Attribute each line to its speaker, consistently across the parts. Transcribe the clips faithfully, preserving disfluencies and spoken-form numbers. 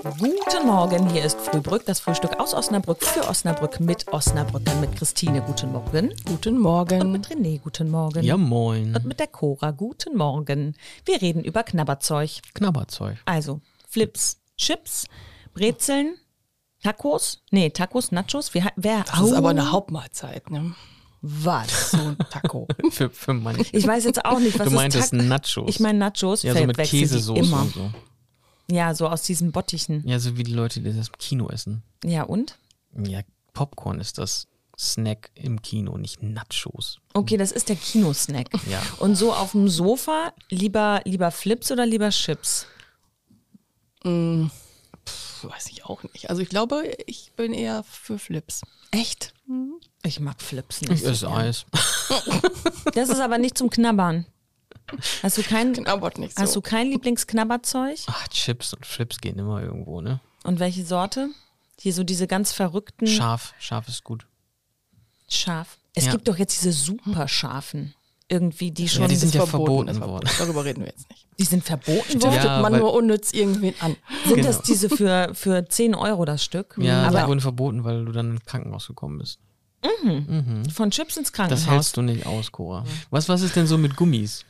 Speaker 1: Guten Morgen, hier ist Frühbrück, das Frühstück aus Osnabrück für Osnabrück mit Osnabrückern, mit Christine. Guten Morgen.
Speaker 2: Guten Morgen.
Speaker 1: Und mit René. Guten Morgen.
Speaker 3: Ja, moin.
Speaker 1: Und mit der Cora. Guten Morgen. Wir reden über Knabberzeug.
Speaker 3: Knabberzeug.
Speaker 1: Also Flips, Chips, Brezeln, Tacos. Nee, Tacos, Nachos. Wer, wer,
Speaker 2: Das ist aber eine Hauptmahlzeit, ne?
Speaker 1: Was?
Speaker 2: So ein Taco.
Speaker 3: für, für manche.
Speaker 1: Ich weiß jetzt auch nicht, was
Speaker 3: Du
Speaker 1: ist
Speaker 3: meintest
Speaker 1: Tac-
Speaker 3: Nachos.
Speaker 1: Ich meine Nachos,
Speaker 3: ja, so mit
Speaker 1: wechseln die
Speaker 3: Käsesoße
Speaker 1: immer.
Speaker 3: und so.
Speaker 1: Ja, so aus diesen Bottichen.
Speaker 3: Ja, so wie die Leute, die das im Kino essen.
Speaker 1: Ja, und?
Speaker 3: Ja, Popcorn ist das Snack im Kino, nicht Nachos.
Speaker 1: Okay, das ist der Kinosnack.
Speaker 3: Ja.
Speaker 1: Und so auf dem Sofa lieber, lieber Flips oder lieber Chips?
Speaker 2: Mm, pff, weiß ich auch nicht. Also ich glaube, ich bin eher für Flips.
Speaker 1: Echt? Ich mag Flips nicht.
Speaker 3: Ich
Speaker 1: so
Speaker 3: esse
Speaker 1: gern.
Speaker 3: Eis.
Speaker 1: Das ist aber nicht zum Knabbern. Hast du kein,
Speaker 2: Knabbert nicht so.
Speaker 1: hast du kein Lieblingsknabberzeug?
Speaker 3: Ach, Chips und Flips gehen immer irgendwo, ne?
Speaker 1: Und welche Sorte? Hier so diese ganz verrückten.
Speaker 3: Scharf, scharf ist gut.
Speaker 1: Scharf. Es
Speaker 3: Ja.
Speaker 1: gibt doch jetzt diese super scharfen. Irgendwie, die schon.
Speaker 3: die sind
Speaker 2: ist
Speaker 3: ja
Speaker 2: verboten,
Speaker 3: verboten
Speaker 2: ist
Speaker 3: worden.
Speaker 2: Darüber reden wir jetzt nicht.
Speaker 1: die sind verboten
Speaker 2: Stiftet
Speaker 1: worden.
Speaker 3: Ja,
Speaker 2: man
Speaker 3: weil-
Speaker 2: nur unnütz irgendwen an.
Speaker 1: Sind
Speaker 3: Genau.
Speaker 1: das diese für, für zehn Euro das Stück?
Speaker 3: Ja,
Speaker 1: aber
Speaker 3: die wurden verboten, weil du dann ins Krankenhaus gekommen bist.
Speaker 1: von Chips ins Krankenhaus.
Speaker 3: Das hältst du nicht aus, Cora. Was, was ist denn so mit Gummis?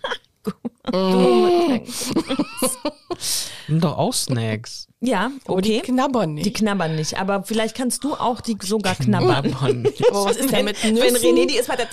Speaker 3: Nimm doch auch Snacks.
Speaker 1: Ja,
Speaker 2: Aber die
Speaker 1: okay.
Speaker 2: knabbern nicht.
Speaker 1: Die knabbern nicht, aber vielleicht kannst du auch die sogar knabbern.
Speaker 3: Knabbern.
Speaker 2: Aber was ist denn mit
Speaker 1: Wenn
Speaker 2: Nüssen?
Speaker 1: René die ist, hat er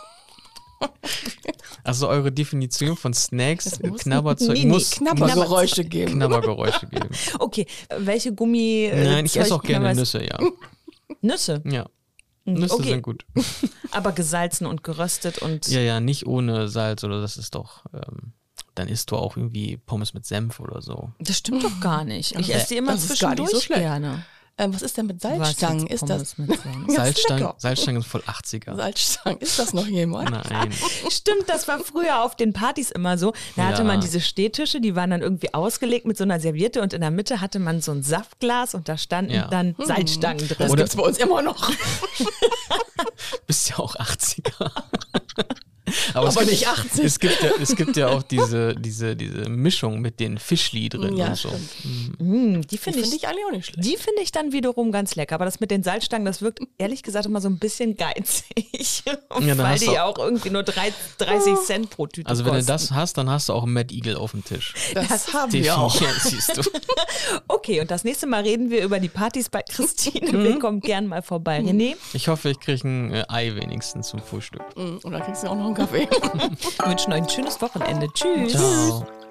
Speaker 3: Also eure Definition von Snacks,
Speaker 2: muss
Speaker 3: Knabberzeug
Speaker 1: Mini-
Speaker 3: muss
Speaker 2: Knabbergeräusche geben.
Speaker 3: Knabbergeräusche geben.
Speaker 1: Okay, welche Gummi? äh,
Speaker 3: Nein, ich esse
Speaker 1: Zeug
Speaker 3: auch gerne
Speaker 1: knabberst-
Speaker 3: Nüsse, ja.
Speaker 1: Nüsse,
Speaker 3: Ja. Nüsse
Speaker 1: Okay.
Speaker 3: sind gut.
Speaker 1: aber gesalzen und geröstet und
Speaker 3: Ja, ja, nicht ohne Salz oder das ist doch, ähm, dann isst du auch irgendwie Pommes mit Senf oder so.
Speaker 1: das stimmt doch gar nicht. Ich esse die immer
Speaker 2: Das ist gar nicht
Speaker 1: zwischendurch
Speaker 2: so schlecht.
Speaker 1: gerne.
Speaker 2: Ähm, was ist denn mit
Speaker 1: Was
Speaker 2: Salzstangen?
Speaker 1: jetzt
Speaker 2: Ist das
Speaker 1: Pommes mit Senf?
Speaker 2: Ja,
Speaker 3: Salzstangen,
Speaker 2: lecker.
Speaker 3: Salzstangen ist voll achtziger.
Speaker 2: Salzstangen? Ist das noch jemand?
Speaker 3: Nein.
Speaker 1: Stimmt, das war früher auf den Partys immer so. Da hatte
Speaker 3: Ja.
Speaker 1: man diese Stehtische, die waren dann irgendwie ausgelegt mit so einer Serviette und in der Mitte hatte man so ein Saftglas und da standen
Speaker 3: Ja.
Speaker 1: dann Salzstangen drin.
Speaker 2: Das
Speaker 3: Oder-
Speaker 2: gibt's bei uns immer noch.
Speaker 3: Bist ja auch achtziger. Aber,
Speaker 2: Aber
Speaker 3: es gibt,
Speaker 2: nicht achtzig.
Speaker 3: Es gibt ja, es gibt ja auch diese, diese, diese Mischung mit den Fischli drin
Speaker 2: Ja,
Speaker 3: und so.
Speaker 2: stimmt.
Speaker 1: Mm, die
Speaker 2: Die
Speaker 1: finde
Speaker 2: finde
Speaker 1: ich,
Speaker 2: ich eigentlich auch nicht schlecht.
Speaker 1: die finde ich dann wiederum ganz lecker. Aber das mit den Salzstangen, das wirkt ehrlich gesagt immer so ein bisschen geizig.
Speaker 3: Ja, dann
Speaker 1: weil
Speaker 3: hast
Speaker 1: die
Speaker 3: du-
Speaker 1: ja auch irgendwie nur drei- dreißig Cent pro Tüte
Speaker 3: Also wenn
Speaker 1: kosten.
Speaker 3: du das hast, dann hast du auch einen Mad Eagle auf dem Tisch.
Speaker 2: Das,
Speaker 1: das
Speaker 2: haben wir auch.
Speaker 3: Definitiv, siehst du.
Speaker 1: Okay, und das nächste Mal reden wir über die Partys bei Christine.
Speaker 3: Mhm.
Speaker 1: Wir kommen gern mal vorbei. René,
Speaker 3: Ich hoffe, ich kriege ein äh, Ei wenigstens zum Frühstück.
Speaker 2: Und dann kriegst du auch noch einen Kaffee.
Speaker 1: wir wünschen euch ein schönes Wochenende. Tschüss.
Speaker 3: Ciao.